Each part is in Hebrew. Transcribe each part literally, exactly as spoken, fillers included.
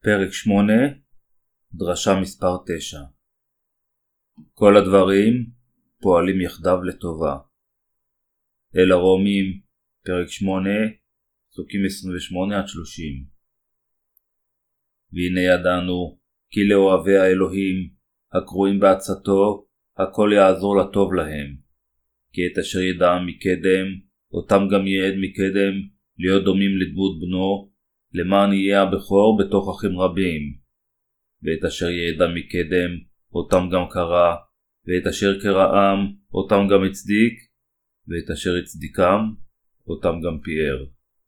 פרק שמונה, דרשה מספר תשע. כל הדברים פועלים יחדיו לטובה. אל הרומים, פרק שמונה, פסוקים עשרים ושמונה עד שלושים. והנה ידענו כי לאוהבי האלוהים הקרואים בעצתו הכל יעזור לטוב להם, כי את אשר ידע מקדם אותם גם ייעד מקדם להיות דומים לדמות בנו, למען יהיה הבכור בתוך אחים רבים. ואת אשר ידע מקדם אותם גם קרא, ואת אשר קראם אותם גם הצדיק, ואת אשר הצדיקם אותם גם פיאר.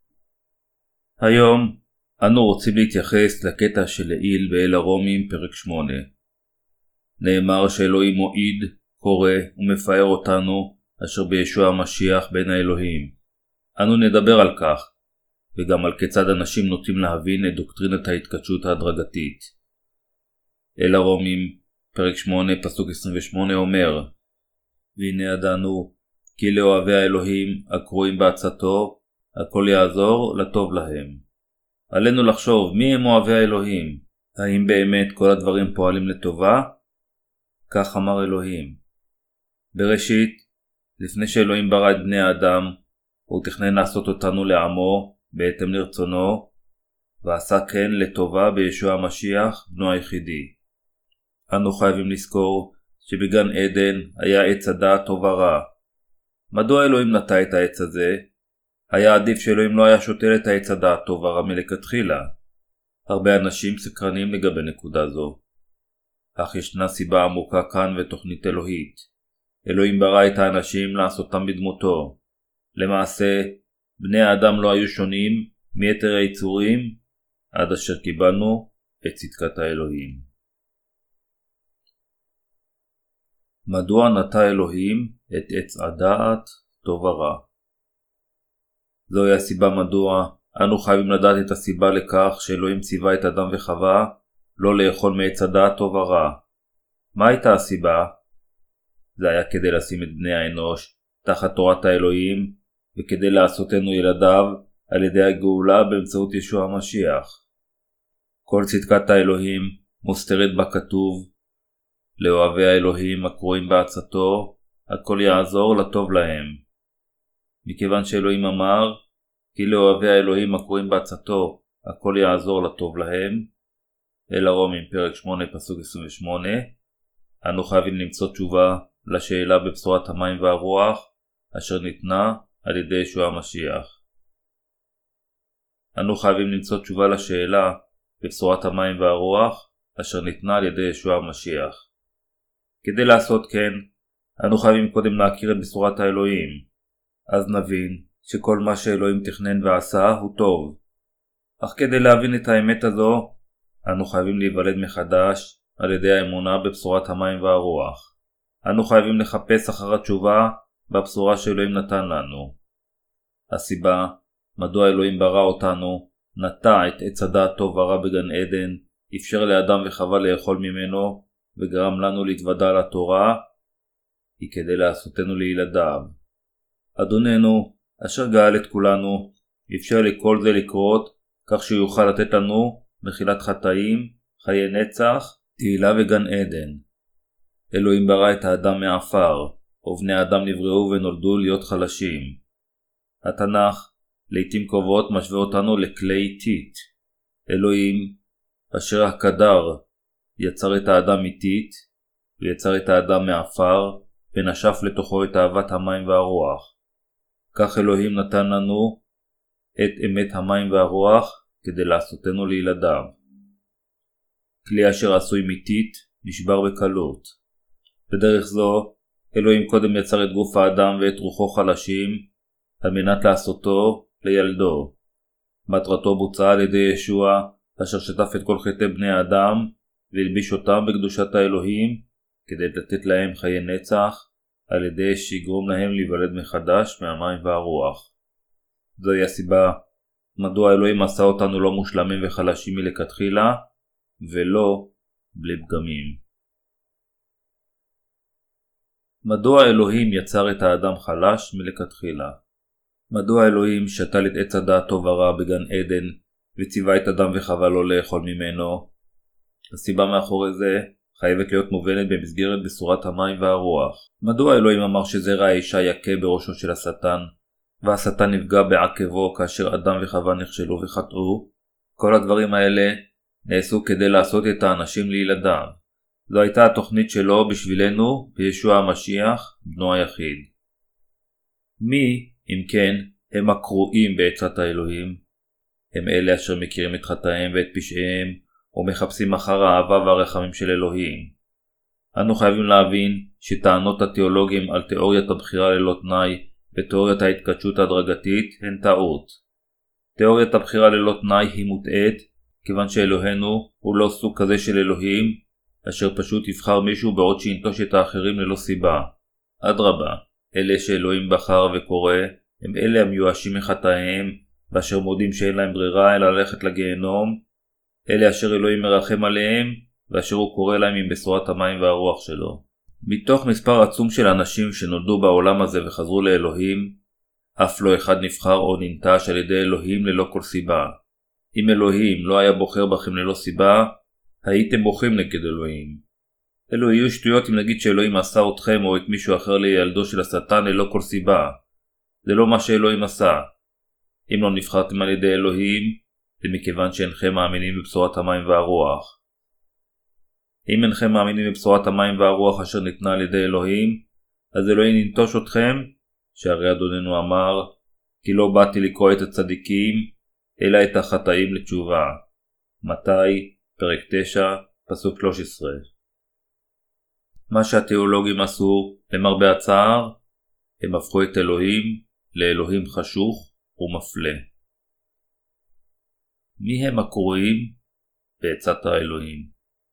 היום אנו רוצים להתייחס לקטע של לעיל באל הרומים פרק שמונה. נאמר שאלוהים מועיד, קורא ומפאר אותנו אשר בישוע המשיח בין האלוהים. אנו נדבר על כך, וגם על כיצד אנשים נוטים להבין את דוקטרינת ההתקדשות ההדרגתית. אל הרומים פרק שמונה פסוק עשרים ושמונה אומר, והנה ידענו כי לאוהבי האלוהים הקרואים בעצתו הכל יעזור לטוב להם. עלינו לחשוב מי הם אוהבי האלוהים. האם באמת כל הדברים פועלים לטובה? כך אמר אלוהים. בראשית, לפני שאלוהים ברא את בני האדם, הוא תכנן לעשות אותנו לעמו בהתאם לרצונו, ועשה כן לטובה בישוע המשיח בנו היחידי. אנו חייבים לזכור שבגן עדן היה עץ הדעת טוב ורע. מדוע אלוהים נטע את העץ הזה? היה עדיף שאלוהים לא היה שותל את העץ הדעת טוב ורע מלכתחילה. הרבה אנשים סקרנים לגבי נקודה זו. אך ישנה סיבה עמוקה כאן ותוכנית אלוהית. אלוהים ברא את האנשים לעשותם בדמותו. למעשה, בני האדם לא היו שונים מיתר היצורים עד אשר קיבלנו את צדקת האלוהים. מדוע נטע אלוהים את עץ הדעת טוב ורע? זוהי הסיבה מדוע אנו חייבים לדעת את הסיבה לכך שאלוהים ציווה את אדם וחווה לא לאכול מעץ הדעת טוב ורע. מה הייתה הסיבה? זה היה כדי לשים את בני האנוש תחת תורת האלוהים וכדי לעשותנו ילדיו על ידי הגאולה באמצעות ישוע המשיח. כל צדקת האלוהים מוסתרת בכתוב, לאוהבי האלוהים הקרואים בעצתו הכל יעזור לטוב להם. מכיוון שאלוהים אמר כי לאוהבי האלוהים הקרואים בעצתו הכל יעזור לטוב להם, אל הרומים פרק שמונה פסוק עשרים ושמונה, אנו חייבים למצוא תשובה לשאלה בבשורת המים והרוח אשר ניתנה על ידי ישוע המשיח. אנו חייבים למצוא תשובה לשאלה בבשורת המים והרוח אשר ניתנה על ידי ישוע המשיח. כדי לעשות כן, אנו חייבים קודם להכיר את בשורת האלוהים. אז נבין שכל מה שאלוהים תכנן ועשה הוא טוב. אך כדי להבין את האמת הזו, אנו חייבים להיוולד מחדש על ידי האמונה בבשורת המים והרוח. אנו חייבים לחפש אחר התשובה בבשורה שאלוהים נתן לנו. הסיבה מדוע אלוהים ברא אותנו, נטע את עץ הדעת טוב ורע בגן עדן, אפשר לאדם וחווה לאכול ממנו וגרם לנו להתוודע לתורה, היא כדי לעשותנו לילדיו. אדוננו אשר גאל את כולנו אפשר לכל זה לקרות כך שיוכל לתת לנו מחילת חטאים, חיי נצח, תהילה וגן עדן. אלוהים ברא את האדם מעפר, ובני האדם נבראו ונולדו להיות חלשים. התנ"ך לעתים קרובות משווה אותנו לכלי טיט. אלוהים אשר הקדר יצר את האדם מתית, ויצר את האדם מעפר, ונשף לתוכו את אהבת המים והרוח. כך אלוהים נתן לנו את אמת המים והרוח כדי לעשותנו לילדיו. כלי אשר עשוי מתית נשבר בקלות. בדרך זו אלוהים קודם יצר את גוף האדם ואת רוחו חלשים על מנת לעשותו לילדו. מטרתו בוצעה על ידי ישוע אשר שטף את כל חטאי בני האדם והלביש אותם בקדושת האלוהים כדי לתת להם חיי נצח על ידי שיגרום להם להיוולד מחדש מהמים והרוח. זוהי הסיבה מדוע אלוהים עשה אותנו לא מושלמים וחלשים מלכתחילה ולא בלי פגמים. מדוע אלוהים יצר את האדם חלש מלכתחילה? מדוע אלוהים שתל את עץ הדעת טוב ורע בגן עדן וציווה את אדם וחווה לא לאכול ממנו. הסיבה מאחורי זה חייבת להיות מובנת במסגרת בשורת המים והרוח. מדוע אלוהים אמר שזרע האישה יכה בראשו של השטן, והשטן נפגע בעקבו כאשר אדם וחווה נכשלו וחטאו? כל הדברים האלה נעשו כדי לעשות את האנשים לילדיו. זו הייתה התוכנית שלו בשבילנו בישוע המשיח, בנו היחיד. מי, אם כן, הם הקרואים בעצת האלוהים? הם אלה אשר מכירים את חטאיהם ואת פשעיהם, ומחפשים אחר האהבה והרחמים של אלוהים. אנו חייבים להבין שטענות התיאולוגים על תיאוריית הבחירה ללא תנאי ותיאוריית ההתקדשות ההדרגתית הן טעות. תיאוריית הבחירה ללא תנאי היא מוטעית, כיוון שאלוהינו הוא לא סוג כזה של אלוהים, אשר פשוט יבחר מישהו בעוד שינטוש את האחרים ללא סיבה. אדרבה, אלה שאלוהים בחר וקורא, הם אלה המיואשים מחטאיהם, ואשר מודים שאין להם ברירה אלא ללכת לגיהנום, אלה אשר אלוהים מרחם עליהם, ואשר הוא קורא להם עם בשורת המים והרוח שלו. מתוך מספר עצום של אנשים שנולדו בעולם הזה וחזרו לאלוהים, אף לא אחד נבחר או ננטש על ידי אלוהים ללא כל סיבה. אם אלוהים לא היה בוחר בכם ללא סיבה, הייתם בוחרים נגד אלוהים. אלו יהיו שטויות אם נגיד שאלוהים עשה אתכם או את מישהו אחר לילדו של השטן ללא כל סיבה. זה לא מה שאלוהים עשה. אם לא נבחרתם על ידי אלוהים, זה מכיוון שאינכם מאמינים בבשורת המים והרוח. אם אינכם מאמינים בבשורת המים והרוח אשר ניתנה על ידי אלוהים, אז אלוהים ינטוש אתכם, שהרי אדוננו אמר, כי לא באתי לקרוא את הצדיקים, אלא את החטאים לתשובה. מתי, פרק תשע, פסוק שלוש עשרה. מה שהתיאולוגים עשו, למרבה הצער, הם הפכו את אלוהים לאלוהים חשוך ומפלה. מי הם הקרואים בעצת האלוהים?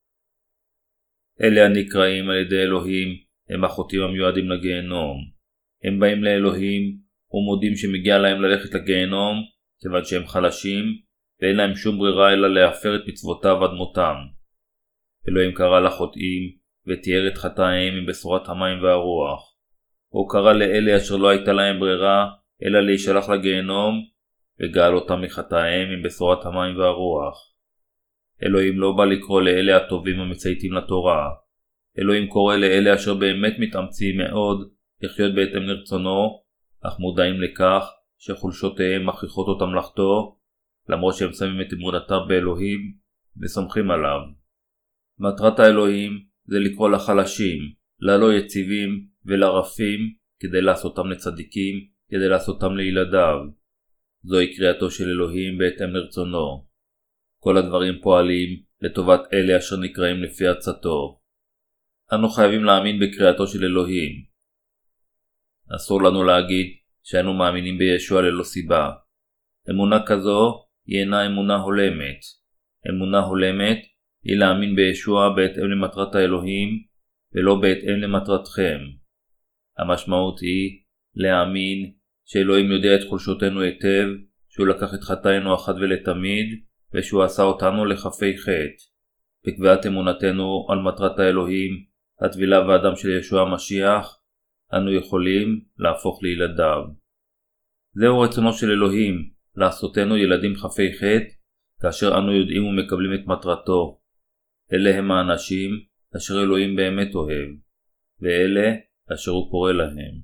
אלה הנקראים על ידי אלוהים הם החוטאים המיועדים לגיהנום. הם באים לאלוהים ומודים שמגיע להם ללכת לגיהנום כיוון שהם חלשים ואין להם שום ברירה אלא להפר את מצוותיו עד מותם. אלוהים קרא לחוטאים ותיאר את חטאיהם עם בשורת המים והרוח. הוא קרא לאלה אשר לא הייתה להם ברירה אלא להישלח לגיהנום וגאל אותם מחטאיהם עם בשורת המים והרוח. אלוהים לא בא לקרוא לאלה הטובים המצייתים לתורה. אלוהים קורא לאלה אשר באמת מתאמצים מאוד לחיות בהתאם לרצונו, אך מודעים לכך שחולשותיהם מכריחות אותם לחטוא, למרות שהם שמים את אמונתם באלוהים וסומכים עליו. מטרת האלוהים זה לקרוא לחלשים, ללא יציבים ולרפים כדי לעשותם לצדיקים, כדי לעשותם לילדיו. זוהי קריאתו של אלוהים בהתאם לרצונו. כל הדברים פועלים לטובת אלה אשר נקראים לפי עצתו. אנו חייבים להאמין בקריאתו של אלוהים. אסור לנו להגיד שאנו מאמינים בישוע ללא סיבה. אמונה כזו היא אינה אמונה הולמת. אמונה הולמת היא להאמין בישוע בהתאם למטרת האלוהים ולא בהתאם למטרתכם. המשמעות היא להאמין שאלוהים יודע את חולשותינו היטב, שהוא לקח את חטאינו אחת ולתמיד ושהוא עשה אותנו לחפי חטא. בקביעת אמונתנו על מטרת האלוהים, הטבילה והדם של ישוע המשיח, אנו יכולים להפוך לילדיו. זהו רצונו של אלוהים, לעשותנו ילדים חפי חטא, כאשר אנו יודעים ומקבלים את מטרתו. אלה הם האנשים אשר אלוהים באמת אוהב, ואלה אשר הוא קורא להם.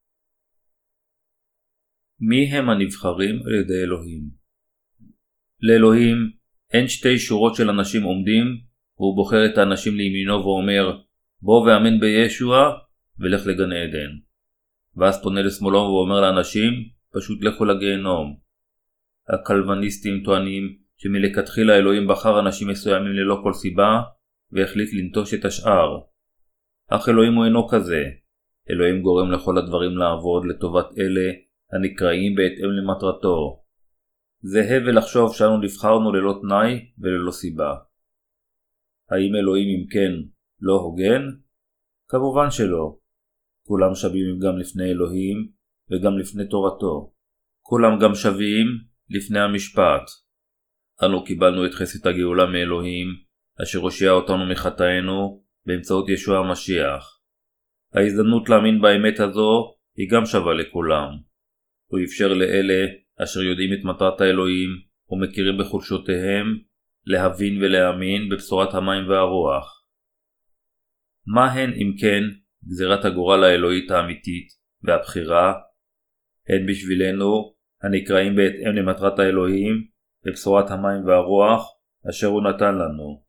מי הם הנבחרים על ידי אלוהים? לאלוהים אין שתי שורות של אנשים עומדים, והוא בוחר את האנשים לימינו ואומר, בוא ואמן בישוע ולך לגן עדן. ואז פונה לשמאלו ואומר לאנשים, פשוט לכו לגיהנום. הקלווניסטים טוענים שמלכתחילה אלוהים בחר אנשים מסוימים ללא כל סיבה, והחליט לנטוש את השאר. אך אלוהים הוא אינו כזה. אלוהים גורם לכל הדברים לעבוד לטובת אלה הנקראים בהתאם למטרתו. זה הבל לחשוב שאנו נבחרנו ללא תנאי וללא סיבה. האם אלוהים אם כן לא הוגן? כמובן שלא. כולם שווים גם לפני אלוהים וגם לפני תורתו. כולם גם שווים לפני המשפט. אנו קיבלנו את חסד הגאולה מאלוהים, אשר הושיע אותנו מחטאינו באמצעות ישוע המשיח. ההזדמנות להאמין באמת הזו היא גם שווה לכולם. הוא אפשר לאלה אשר יודעים את מטרת האלוהים ומכירים בחולשותיהם, להבין ולהאמין בבשורת המים והרוח. מה הן אם כן גזירת הגורל האלוהית האמיתית והבחירה? הן בשבילנו הנקראים בהתאם למטרת האלוהים בבשורת המים והרוח אשר הוא נתן לנו.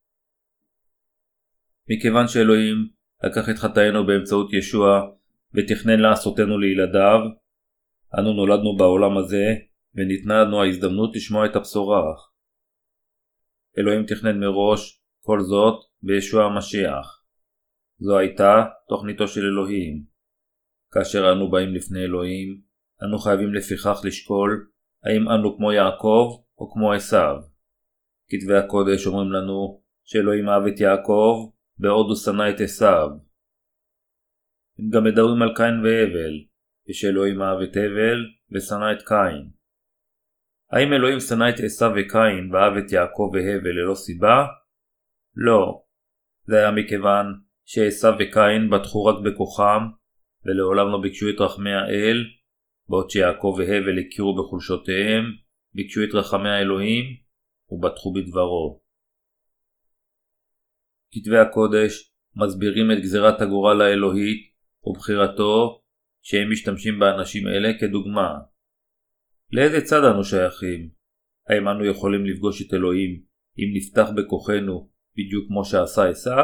מכיוון שאלוהים לקח את חטאינו באמצעות ישוע ותכנן לעשותנו לילדיו, אנו נולדנו בעולם הזה וניתנה לנו ההזדמנות לשמוע את הבשורה. אלוהים תכנן מראש כל זאת בישוע המשיח. זו הייתה תוכניתו של אלוהים. כאשר אנו באים לפני אלוהים, אנו חייבים לפיכך לשקול האם אנו כמו יעקב או כמו עשיו. כתבי הקודש אומרים לנו שאלוהים אהב את יעקב בעוד הוא שנא את עשיו. הם גם מדברים על קין והבל, ושאלוהים אהב את הבל ושנא את קין. האם אלוהים שנא את עשיו וקין ואהב את יעקב והבל ללא סיבה? לא. זה היה מכיוון שעשיו וקין בטחו רק בכוחם ולעולם לא ביקשו את רחמי האל, בעוד שיעקב והבל הכירו בחולשותיהם, ביקשו את רחמי האלוהים ובטחו בדברו. כתבי הקודש מסבירים את גזירת הגורל האלוהית ובחירתו שהם משתמשים באנשים אלה כדוגמה. לאיזה צד אנו שייכים? האם אנו יכולים לפגוש את אלוהים אם נפתח בכוחנו בדיוק כמו שעשה עשיו?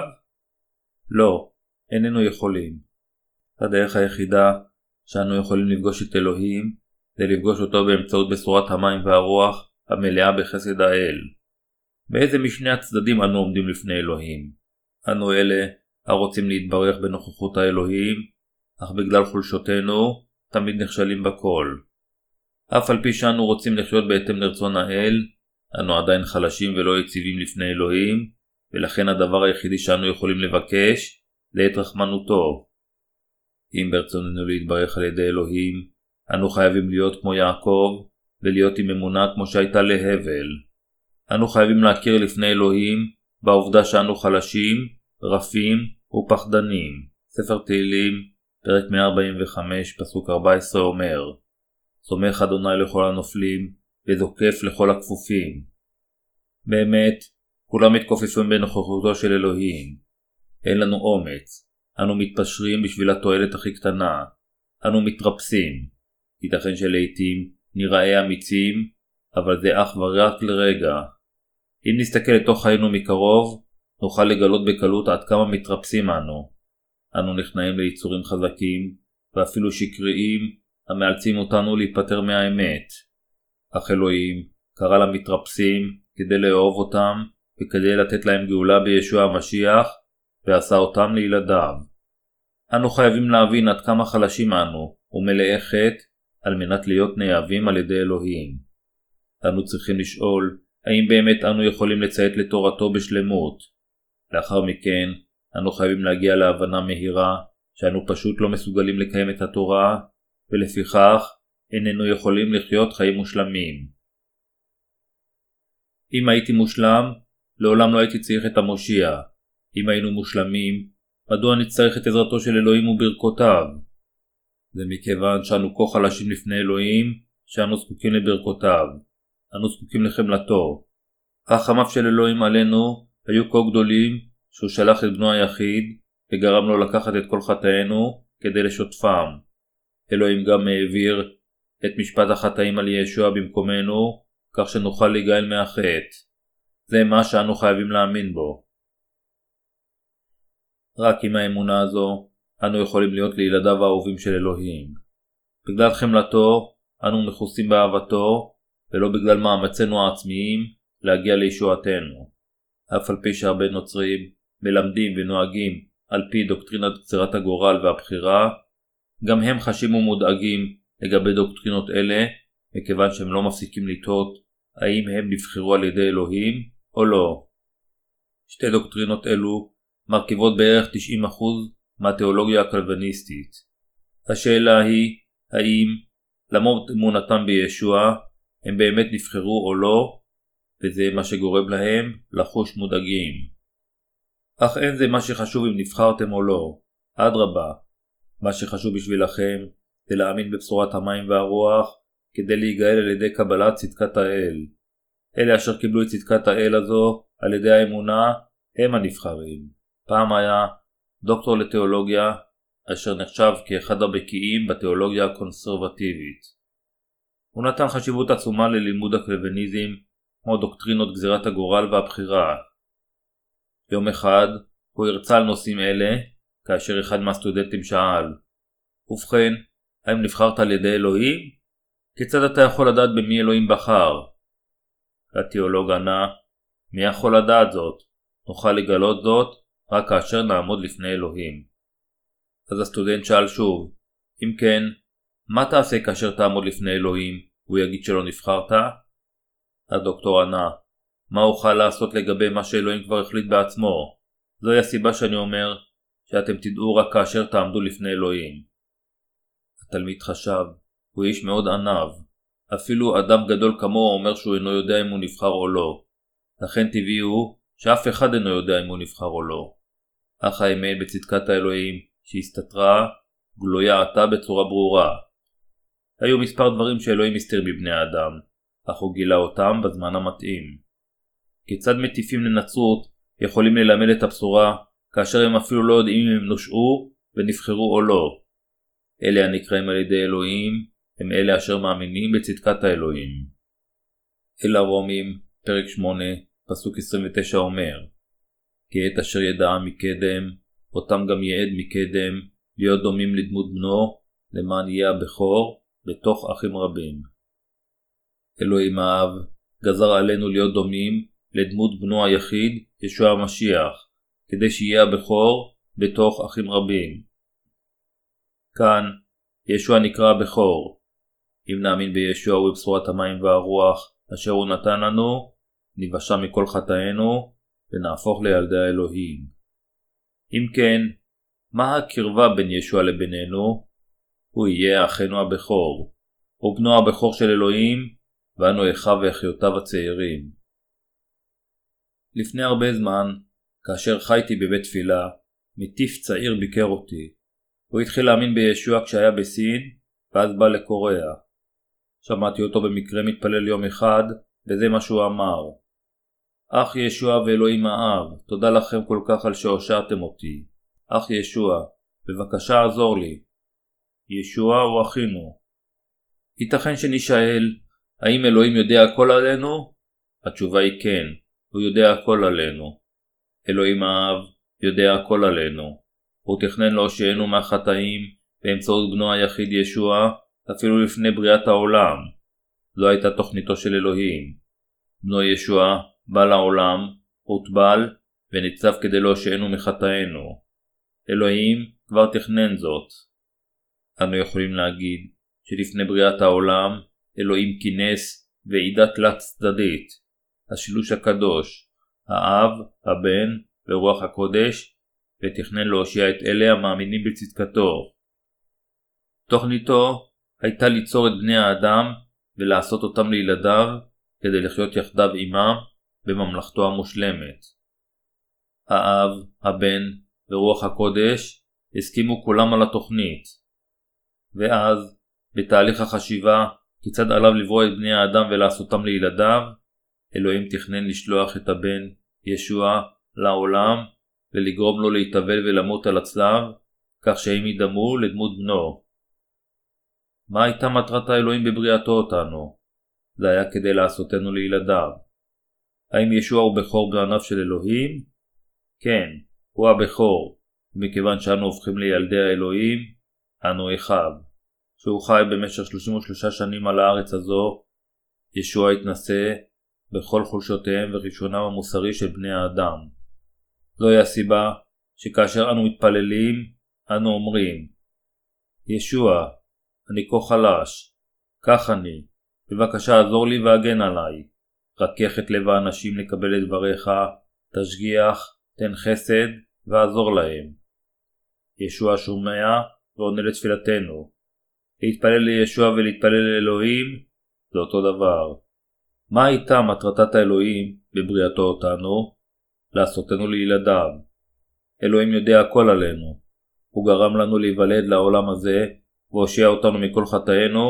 לא, איננו יכולים. הדרך היחידה שאנו יכולים לפגוש את אלוהים זה לפגוש אותו באמצעות בשורת המים והרוח המלאה בחסד האל. באיזה משני הצדדים אנו עומדים לפני אלוהים? אנו אלה הרוצים להתברך בנוכחות האלוהים, אך בגלל חולשותנו תמיד נכשלים בכל. אף על פי שאנו רוצים לחיות בהתאם לרצון האל, אנו עדיין חלשים ולא יציבים לפני אלוהים, ולכן הדבר היחידי שאנו יכולים לבקש זה את רחמנותו. אם ברצוננו להתברך על ידי אלוהים, אנו חייבים להיות כמו יעקב ולהיות עם אמונה כמו שהייתה להבל. אנו חייבים להכיר לפני אלוהים בעובדה שאנו חלשים, רפים ופחדנים. ספר תהילים, פרק מאה ארבעים וחמש, פסוק ארבע עשרה אומר: סומך אדוני לכל הנופלים וזוקף לכל הכפופים. באמת, כולם מתכופפים בנוכחותו של אלוהים. אין לנו אומץ. אנו מתפשרים בשביל התועלת הכי קטנה. אנו מתרפסים. ייתכן שלעיתים נראה אמיצים, אבל זה אך ורק לרגע. אם נסתכל לתוך חיינו מקרוב, נוכל לגלות בקלות עד כמה מתרפסים אנו. אנו נכנעים ליצורים חזקים, ואפילו שקריים, המאלצים אותנו להיפטר מהאמת. אך אלוהים קרא למתרפסים כדי לאהוב אותם, וכדי לתת להם גאולה בישוע המשיח, ועשה אותם לילדיו. אנו חייבים להבין עד כמה חלשים אנו, ומלאי חטא, על מנת להיות נאהבים על ידי אלוהים. אנו צריכים לשאול, האם באמת אנו יכולים לציית לתורתו בשלמות? לאחר מכן, אנו חייבים להגיע להבנה מהירה, שאנו פשוט לא מסוגלים לקיים את התורה, ולפיכך איננו יכולים לחיות חיים מושלמים. אם הייתי מושלם, לעולם לא הייתי צריך את המושיע. אם היינו מושלמים, מדוע נצטרך את עזרתו של אלוהים וברכותיו? זה מכיוון שאנו כה חלשים לפני אלוהים, שאנו זקוקים לברכותיו. אנו זקוקים לחמלתו. רחמיו של אלוהים עלינו היו כה גדולים, שהוא שלח את בנו היחיד, וגרם לו לקחת את כל חטאינו כדי לשוטפם. אלוהים גם העביר את משפט החטאים על ישוע במקומנו, כך שנוכל להיגאל מהחטא. זה מה שאנו חייבים להאמין בו. רק עם האמונה הזו, אנו יכולים להיות לילדיו האהובים של אלוהים. בגלל חמלתו, אנו מכוסים באהבתו, ולא בגלל מאמצינו העצמיים להגיע לישועתנו. אף על פי שהרבה נוצרים מלמדים ונוהגים על פי דוקטרינת גזירת הגורל והבחירה, גם הם חשים ומודאגים לגבי דוקטרינות אלה, מכיוון שהם לא מפסיקים לתהות האם הם נבחרו על ידי אלוהים או לא. שתי דוקטרינות אלו מרכיבות בערך תשעים אחוז מהתיאולוגיה הקלוויניסטית. השאלה היא, האם למרות אמונתם בישוע הם באמת נבחרו או לא, וזה מה שגורם להם לחוש מודאגים. אך אין זה מה שחשוב אם נבחרתם או לא. אדרבה, מה שחשוב בשבילכם זה להאמין בבשורת המים והרוח, כדי להיגאל על ידי קבלת צדקת האל. אלה אשר קיבלו את צדקת האל הזו על ידי האמונה הם הנבחרים. פעם היה דוקטור לתיאולוגיה אשר נחשב כאחד הבקיאים בתיאולוגיה הקונסרבטיבית. הוא נתן חשיבות עצומה ללימוד הקלוויניזם כמו דוקטרינות גזירת הגורל והבחירה. יום אחד הוא הרצה על נושאים אלה כאשר אחד מהסטודנטים שאל, ובכן, האם נבחרת על ידי אלוהים? כיצד אתה יכול לדעת במי אלוהים בחר? התיאולוג ענה, מי יכול לדעת זאת? נוכל לגלות זאת רק כאשר נעמוד לפני אלוהים. אז הסטודנט שאל שוב, אם כן, מה תעשה כאשר תעמוד לפני אלוהים והוא יגיד שלא נבחרת? הדוקטור ענה, מה אוכל לעשות לגבי מה שאלוהים כבר החליט בעצמו? זוהי הסיבה שאני אומר שאתם תדעו רק כאשר תעמדו לפני אלוהים. התלמיד חשב, הוא איש מאוד ענב. אפילו אדם גדול כמוהו אומר שהוא אינו יודע אם הוא נבחר או לא. לכן טבעי הוא שאף אחד אינו יודע אם הוא נבחר או לא. אך האמת בצדקת האלוהים שהסתתרה גלויה עתה בצורה ברורה. היו מספר דברים שאלוהים הסתיר מבני האדם, אך הוא גילה אותם בזמן המתאים. כיצד מטיפים לנצרות יכולים ללמד את הבשורה כאשר הם אפילו לא יודעים אם הם נושעו ונבחרו או לא? אלה הנקראים על ידי אלוהים הם אלה אשר מאמינים בצדקת האלוהים. אל הרומים, פרק שמונה, פסוק עשרים ותשע אומר, כי את אשר ידעה מקדם, אותם גם יעד מקדם, להיות דומים לדמות בנו, למען יהיה הבכור, בתוך אחים רבים. אלוהים האב גזר עלינו להיות דומים לדמות בנו היחיד, ישוע המשיח, כדי שיהיה הבכור בתוך אחים רבים. כאן, ישוע נקרא הבכור. אם נאמין בישוע ובבשורת המים והרוח אשר הוא נתן לנו, נבשע מכל חטאינו ונהפוך לילדי האלוהים. אם כן, מה הקרבה בין ישוע לבינינו? הוא יהיה אחינו הבכור. הוא בנו הבכור של אלוהים, ואנו אחיו ואחיותיו הצעירים. לפני הרבה זמן, כאשר חייתי בבית תפילה, מטיף צעיר ביקר אותי. הוא התחיל להאמין בישוע כשהיה בסין, ואז בא לקוריאה. שמעתי אותו במקרה מתפלל יום אחד, וזה מה שהוא אמר. אח ישוע ואלוהים האב, תודה לכם כל כך על שהושעתם אותי. אח ישוע, בבקשה עזור לי. ישוע הוא אחינו. ייתכן שנשאל, האם אלוהים יודע הכל עלינו? התשובה היא כן, הוא יודע הכל עלינו. אלוהים האב יודע הכל עלינו. הוא תכנן להושיענו מהחטאים באמצעות בנו היחיד ישוע, אפילו לפני בריאת העולם. זו הייתה תוכניתו של אלוהים. בנו ישוע בא לעולם, הוטבל וניצב כדי להושיענו מחטאינו. אלוהים כבר תכנן זאת. אנו יכולים להגיד שלפני בריאת העולם אלוהים כינס ועידה תלת צדדית, השילוש הקדוש, האב, הבן ורוח הקודש, ותכנן להושיע את אלה המאמינים בצדקתו. תוכניתו הייתה ליצור את בני האדם ולעשות אותם לילדיו כדי לחיות יחדיו עמם בממלכתו המושלמת. האב, הבן ורוח הקודש הסכימו כולם על התוכנית. ואז, בתהליך החשיבה כיצד עליו לברוא את בני האדם ולעשותם לילדיו, אלוהים תכנן לשלוח את הבן ישוע לעולם ולגרום לו להתאבל ולמות על הצלב, כך שהם ידמו לדמות בנו. מה הייתה מטרת האלוהים בבריאתו אותנו? זה היה כדי לעשותנו לילדיו. האם ישוע הוא בכור בניו של אלוהים? כן, הוא הבכור, ומכיוון שאנו הופכים לילדי האלוהים, אנו אחיו. שהוא חי במשך שלושים ושלוש שנים על הארץ הזו, ישוע התנסה בכל חולשותיהם וראשונם המוסרי של בני האדם. זוהי הסיבה שכאשר אנו מתפללים, אנו אומרים, ישוע, אני כה חלש, כך אני, בבקשה עזור לי והגן עליי, רכך את לב האנשים לקבל את דבריך, תשגיח, תן חסד ועזור להם. ישוע שומע ועונה לתפילתנו. להתפלל לישוע ולהתפלל לאלוהים זה אותו דבר. מה הייתה מטרתת האלוהים בבריאתו אותנו? לעשותנו לילדיו. אלוהים יודע הכל עלינו. הוא גרם לנו להיוולד לעולם הזה והושיע אותנו מכל חטאינו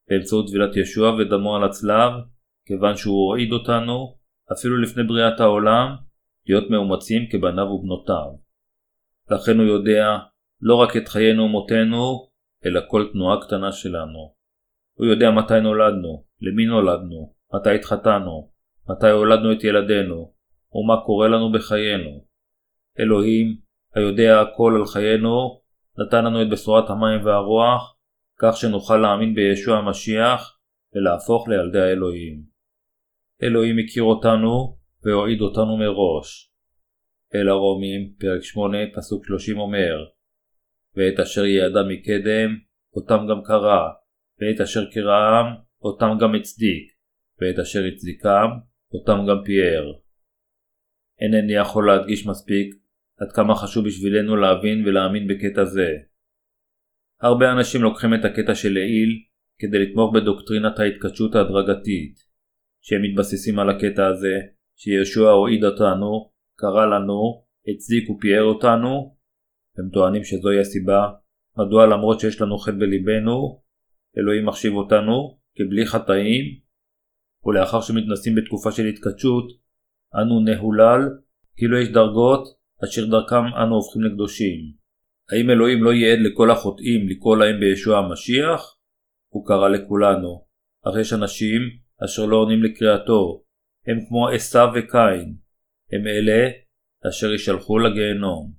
באמצעות טבילת ישוע ודמו על הצלב, כיוון שהוא הועיד אותנו, אפילו לפני בריאת העולם, להיות מאומצים כבניו ובנותיו. לכן הוא יודע לא רק את חיינו ומותנו, אלא כל תנועה קטנה שלנו. הוא יודע מתי נולדנו, למי נולדנו, מתי התחתנו, מתי הולדנו את ילדינו, ומה קורה לנו בחיינו. אלוהים, היודע הכל על חיינו, נתן לנו את בשורת המים והרוח, כך שנוכל להאמין בישוע המשיח ולהפוך לילדי האלוהים. אלוהים הכיר אותנו והועיד אותנו מראש. אל הרומים, פרק שמונה, פסוק שלושים אומר, ואת אשר ידע מקדם, אותם גם קרא, ואת אשר קראם, אותם גם הצדיק, ואת אשר הצדיקם, אותם גם פיאר. אינני יכול להדגיש מספיק עד כמה חשוב בשבילנו להבין ולהאמין בקטע זה. הרבה אנשים לוקחים את הקטע של לעיל כדי לתמוך בדוקטרינת ההתקדשות ההדרגתית, שהם מתבססים על הקטע הזה, שישוע הועיד אותנו, קרא לנו, הצדיק ופיאר אותנו. הם טוענים שזוהי הסיבה מדוע למרות שיש לנו חטא בליבנו, אלוהים מחשיב אותנו כבלי חטאים, ולאחר שמתנסים בתקופה של התקדשות, אנו נהולל, כאילו יש דרגות אשר דרכם אנו הופכים לקדושים. האם אלוהים לא ייעד לכל החוטאים לקרוא להם בישוע המשיח? הוא קרא לכולנו, אך יש אנשים אשר לא עונים לקריאתו, הם כמו עשיו וקין, הם אלה אשר ישלחו לגיהנום.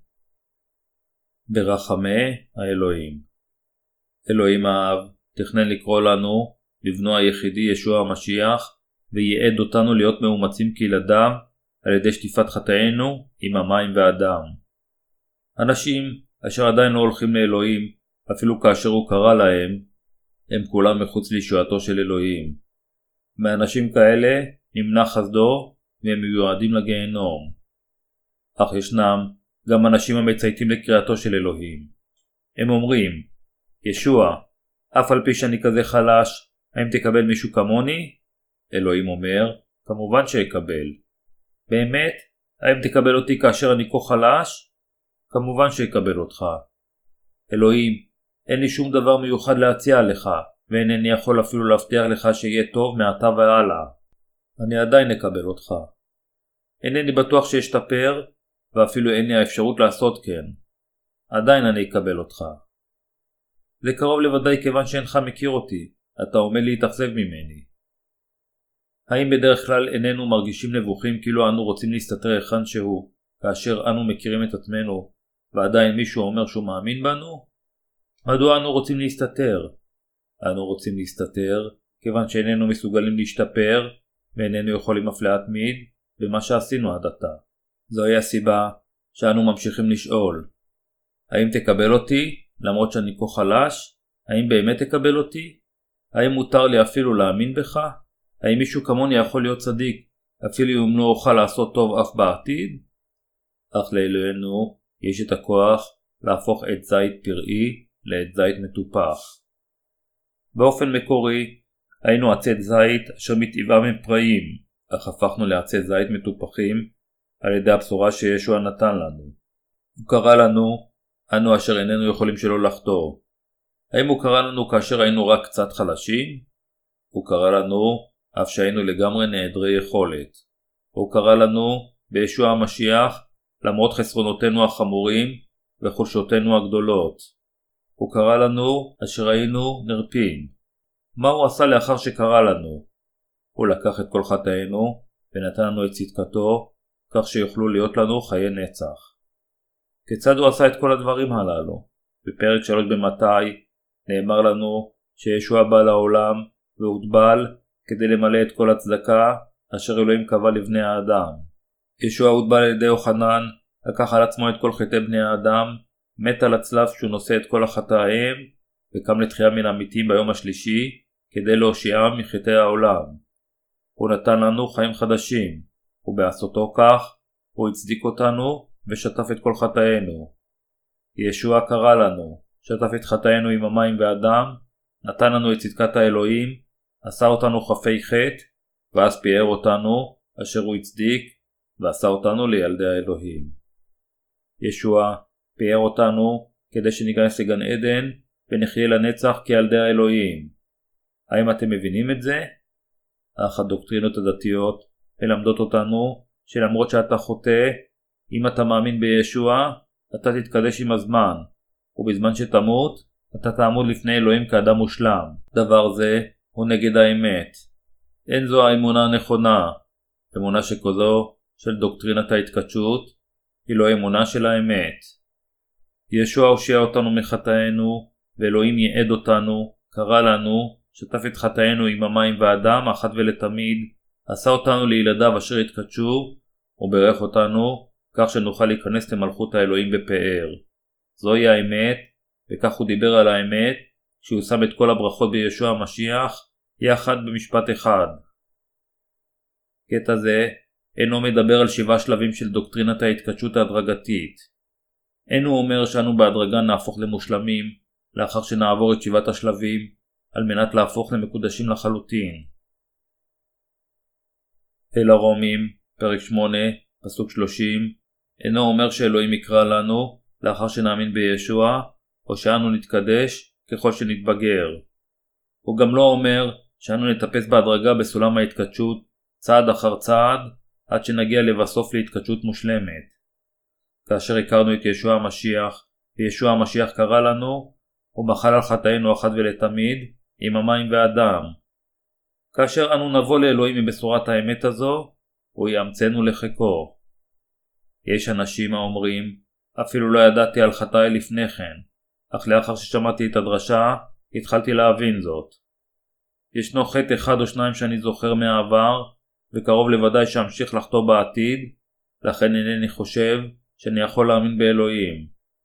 ברחמי האלוהים. אלוהים האב תכנן לקרוא לנו, לבנו היחידי ישוע המשיח, וייעד אותנו להיות מאומצים כילדיו על ידי שטיפת חטאינו עם המים והדם. אנשים אשר עדיין לא הולכים לאלוהים, אפילו כאשר הוא קרא להם, הם כולם מחוץ לישועתו של אלוהים. מאנשים כאלה נמנע חסדו והם מיועדים לגיהנום. אך ישנם גם אנשים המצייתים לקריאתו של אלוהים. הם אומרים, ישוע, אף על פי שאני כזה חלש, האם תקבל מישהו כמוני? אלוהים אומר, כמובן שיקבל. באמת? האם תקבל אותי כאשר אני כה חלש? כמובן שיקבל אותך. אלוהים, אין לי שום דבר מיוחד להציע לך, ואינני יכול אפילו להבטיח לך שיהיה טוב מעתה והלאה. אני עדיין אקבל אותך. אינני בטוח שאשתפר, ואפילו אין לי האפשרות לעשות כן. עדיין אני אקבל אותך. זה קרוב לוודאי כיוון שאינך מכיר אותי, אתה עומד להתאכזב ממני. האם בדרך כלל איננו מרגישים נבוכים כאילו אנו רוצים להסתתר היכן שהוא, כאשר אנו מכירים את עצמנו, ועדיין מישהו אומר שהוא מאמין בנו? מדוע אנו רוצים להסתתר? אנו רוצים להסתתר כיוון שאיננו מסוגלים להשתפר, ואיננו יכולים אף להתמיד במה שעשינו עד עתה. זוהי הסיבה שאנו ממשיכים לשאול, האם תקבל אותי למרות שאני כה חלש? האם באמת תקבל אותי? האם מותר לי אפילו להאמין בך? האם מישהו כמוני יכול להיות צדיק אפילו אם לא אוכל לעשות טוב אף בעתיד? אך לאלוהינו יש את הכוח להפוך את זית פראי לעת זית מטופח. באופן מקורי היינו עצי זית אשר מטבעם הם פראיים, אך הפכנו לעצי זית מטופחים על ידי הבשורה שישוע נתן לנו. הוא קרא לנו, אנו אשר איננו יכולים שלא לחטוא. האם הוא קרא לנו כאשר היינו רק קצת חלשים? הוא קרא לנו אף שהיינו לגמרי נעדרי יכולת. הוא קרא לנו בישוע המשיח למרות חסרונותינו החמורים וחולשותינו הגדולות. הוא קרא לנו אשר היינו נרפים. מה הוא עשה לאחר שקרא לנו? הוא לקח את כל חטאינו ונתן לנו את צדקתו, כך שיוכלו להיות לנו חיי נצח. כיצד הוא עשה את כל הדברים הללו? בפרק שלוש במתי נאמר לנו שישוע בא לעולם והוטבל כדי למלא את כל הצדקה אשר אלוהים קבע לבני האדם. ישוע הוטבל על ידי יוחנן, לקח על עצמו את כל חטאי בני האדם, מת על הצלב שהוא נושא את כל החטאים, וקם לתחייה מן המתים ביום השלישי כדי להושיעם מחטאי העולם. הוא נתן לנו חיים חדשים, ובעשותו כך הוא הצדיק אותנו ושטף את כל חטאינו. ישוע קרא לנו, שטף את חטאינו עם המים והדם, נתן לנו את צדקת האלוהים, עשה אותנו חפי חטא, ואז פיאר אותנו אשר הוא הצדיק, ועשה אותנו לילדי האלוהים. ישוע פיאר אותנו כדי שניכנס לגן עדן ונחיה לנצח כילדי האלוהים. האם אתם מבינים את זה? אך הדוקטרינות הדתיות מלמדות אותנו שלמרות שאתה חוטא, אם אתה מאמין בישוע, אתה תתקדש עם הזמן, ובזמן שתמות, אתה תעמוד לפני אלוהים כאדם מושלם. דבר זה הוא נגד האמת. אין זו האמונה הנכונה. אמונה שכזו של דוקטרינת ההתקדשות היא לא אמונה של האמת. ישוע הושיע אותנו מחטאינו, ואלוהים ייעד אותנו, קרא לנו, שטף את חטאינו עם המים והדם אחת ולתמיד, עשה אותנו לילדיו אשר התקדשו, וברך אותנו כך שנוכל להיכנס למלכות האלוהים בפאר. זוהי האמת, וכך הוא דיבר על האמת כשהוא שם את כל הברכות בישוע המשיח יחד במשפט אחד. קטע זה אינו מדבר על שבעה שלבים של דוקטרינת ההתקדשות ההדרגתית. אינו אומר שאנו בהדרגה נהפוך למושלמים לאחר שנעבור את שבעת השלבים על מנת להפוך למקודשים לחלוטין. אל הרומים, פרק שמונה, פסוק שלושים, אינו אומר שאלוהים יקרא לנו לאחר שנאמין בישוע, או שאנו נתקדש ככל שנתבגר. הוא גם לא אומר שאנו נטפס בהדרגה בסולם ההתקדשות צעד אחר צעד עד שנגיע לבסוף להתקדשות מושלמת. כאשר הכרנו את ישוע המשיח, וישוע המשיח קרא לנו, הוא מחל על חטאינו אחת ולתמיד עם המים והדם. כאשר אנו נבוא לאלוהים מבשורת האמת הזו, הוא יאמצנו לחיקו. יש אנשים האומרים, אפילו לא ידעתי על חטאי לפני כן, אך לאחר ששמעתי את הדרשה, התחלתי להבין זאת. ישנו חטא אחד או שניים שאני זוכר מהעבר, וקרוב לוודאי שאמשיך לחטוא בעתיד, לכן אינני חושב שאני יכול להאמין באלוהים.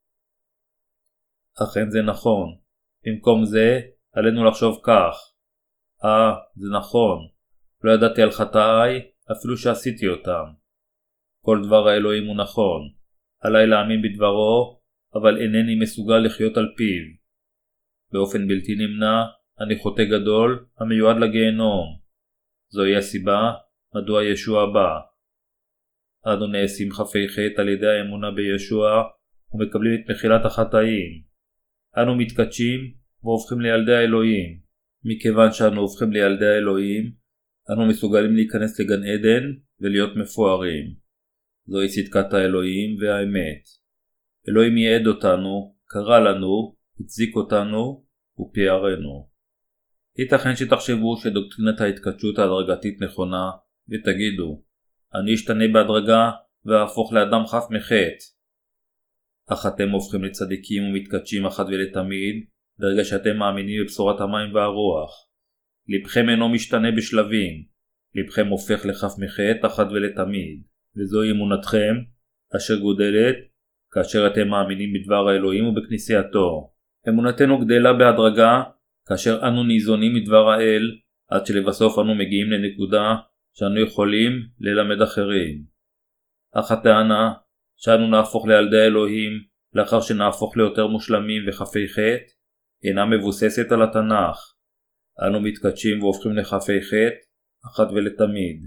אכן זה נכון. במקום זה, עלינו לחשוב כך. אה, זה נכון. לא ידעתי על חטאי, אפילו שעשיתי אותם. כל דבר האלוהים הוא נכון. עליי להאמין בדברו, אבל אינני מסוגל לחיות על פיו. באופן בלתי נמנע, אני חוטא גדול המיועד לגיהנום. זוהי הסיבה מדוע ישוע בא. אנו נעשים חפי חטא על ידי האמונה בישוע ומקבלים את מחילת החטאים. אנו מתקדשים והופכים לילדי האלוהים. מכיוון שאנו הופכים לילדי האלוהים, אנו מסוגלים להיכנס לגן עדן ולהיות מפוארים. זוהי צדקת האלוהים והאמת. אלוהים ייעד אותנו, קרא לנו, הצדיק אותנו ופארנו. ייתכן שתחשבו שדוקטרינת ההתקדשות ההדרגתית נכונה ותגידו, אני אשתנה בהדרגה והפוך לאדם חף מחטא. אך אתם הופכים לצדיקים ומתקדשים אחת ולתמיד ברגע שאתם מאמינים בבשורת המים והרוח. לבכם אינו משתנה בשלבים. לבכם הופך לחף מחטא אחת ולתמיד. וזוהי אמונתכם אשר גודלת כאשר אתם מאמינים בדבר האלוהים ובכנסייתו. אמונתנו גדלה בהדרגה כאשר אנו ניזונים מדבר האל עד שלבסוף אנו מגיעים לנקודה שאנו יכולים ללמד אחרים. אך הטענה שאנו נהפוך לילדי האלוהים לאחר שנהפוך ליותר מושלמים וחפי חטא אינה מבוססת על התנ"ך. אנו מתקדשים והופכים לחפי חטא אחת ולתמיד.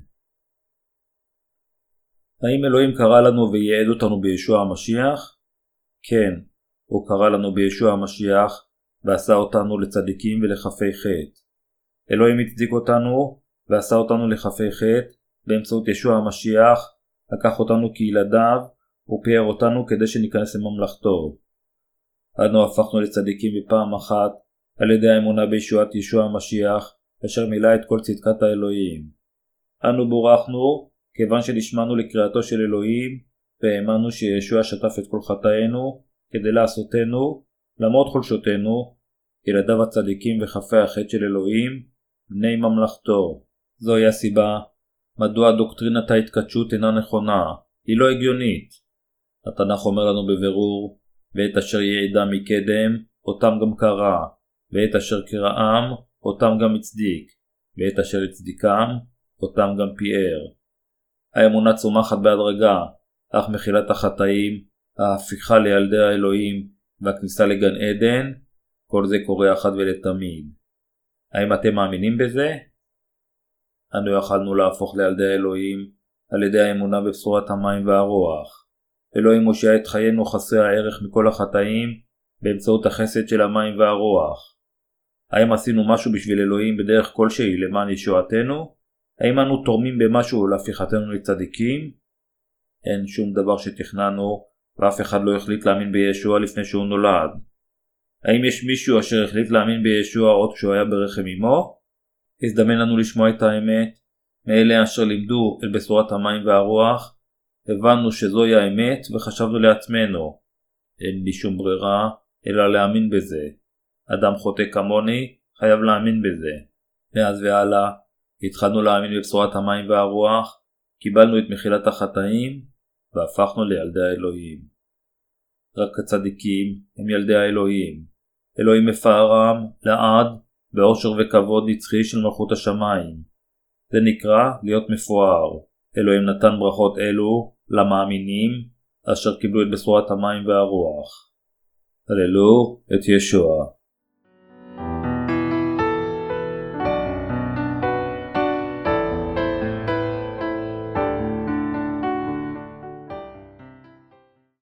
האם אלוהים קרא לנו וייעד אותנו בישוע המשיח? כן, הוא קרא לנו בישוע המשיח ועשה אותנו לצדיקים ולחפי חטא. אלוהים הצדיק אותנו ועשה אותנו לחפי חטא באמצעות ישוע המשיח, לקח אותנו כילדיו ופאר אותנו כדי שניכנס לממלכתו. אנו הפכנו לצדיקים בפעם אחת על ידי האמונה בישועת ישוע המשיח אשר מילא את כל צדקת האלוהים. אנו בורכנו כיוון שנשמענו לקריאתו של אלוהים והאמנו שישוע שטף את כל חטאינו כדי לעשותנו, למרות חולשותינו, ילדיו הצדיקים וחפי החטא של אלוהים, בני ממלכתו. זוהי הסיבה מדוע דוקטרינת ההתקדשות אינה נכונה, היא לא הגיונית. התנ"ך אומר לנו בבירור, ואת אשר יעדה מקדם, אותם גם קרא, ואת אשר קראם, אותם גם הצדיק, ואת אשר הצדיקם, אותם גם פיאר. האמונה צומחת בהדרגה, אך מחילת החטאים, ההפיכה לילדי האלוהים והכניסה לגן עדן, כל זה קורה אחת ולתמיד. האם אתם מאמינים בזה? אנו יכלנו להפוך לילדי האלוהים על ידי האמונה בבשורת המים והרוח. אלוהים מושיע את חיינו חסרי הערך מכל החטאים באמצעות החסד של המים והרוח. האם עשינו משהו בשביל אלוהים בדרך כלשהי למען ישועתנו? האם אנו תורמים במשהו להפיכתנו לצדיקים? אין שום דבר שתכננו, ואף אחד לא החליט להאמין בישוע לפני שהוא נולד. האם יש מישהו אשר החליט להאמין בישוע עוד כשהוא היה ברחם אמו? הזדמן לנו לשמוע את האמת, מאלה אשר לימדו את בשורת המים והרוח, הבנו שזוהי האמת וחשבנו לעצמנו, אין לי שום ברירה אלא להאמין בזה. אדם חוטא כמוני חייב להאמין בזה. מאז והלאה התחלנו להאמין בבשורת המים והרוח, קיבלנו את מחילת החטאים והפכנו לילדי האלוהים. רק הצדיקים הם ילדי האלוהים. אלוהים מפארם לעד באושר וכבוד נצחי של מלכות השמיים. זה נקרא להיות מפואר. אלוהים נתן ברכות אלו למאמינים אשר קיבלו את בשורת המים והרוח. הללו את ישוע.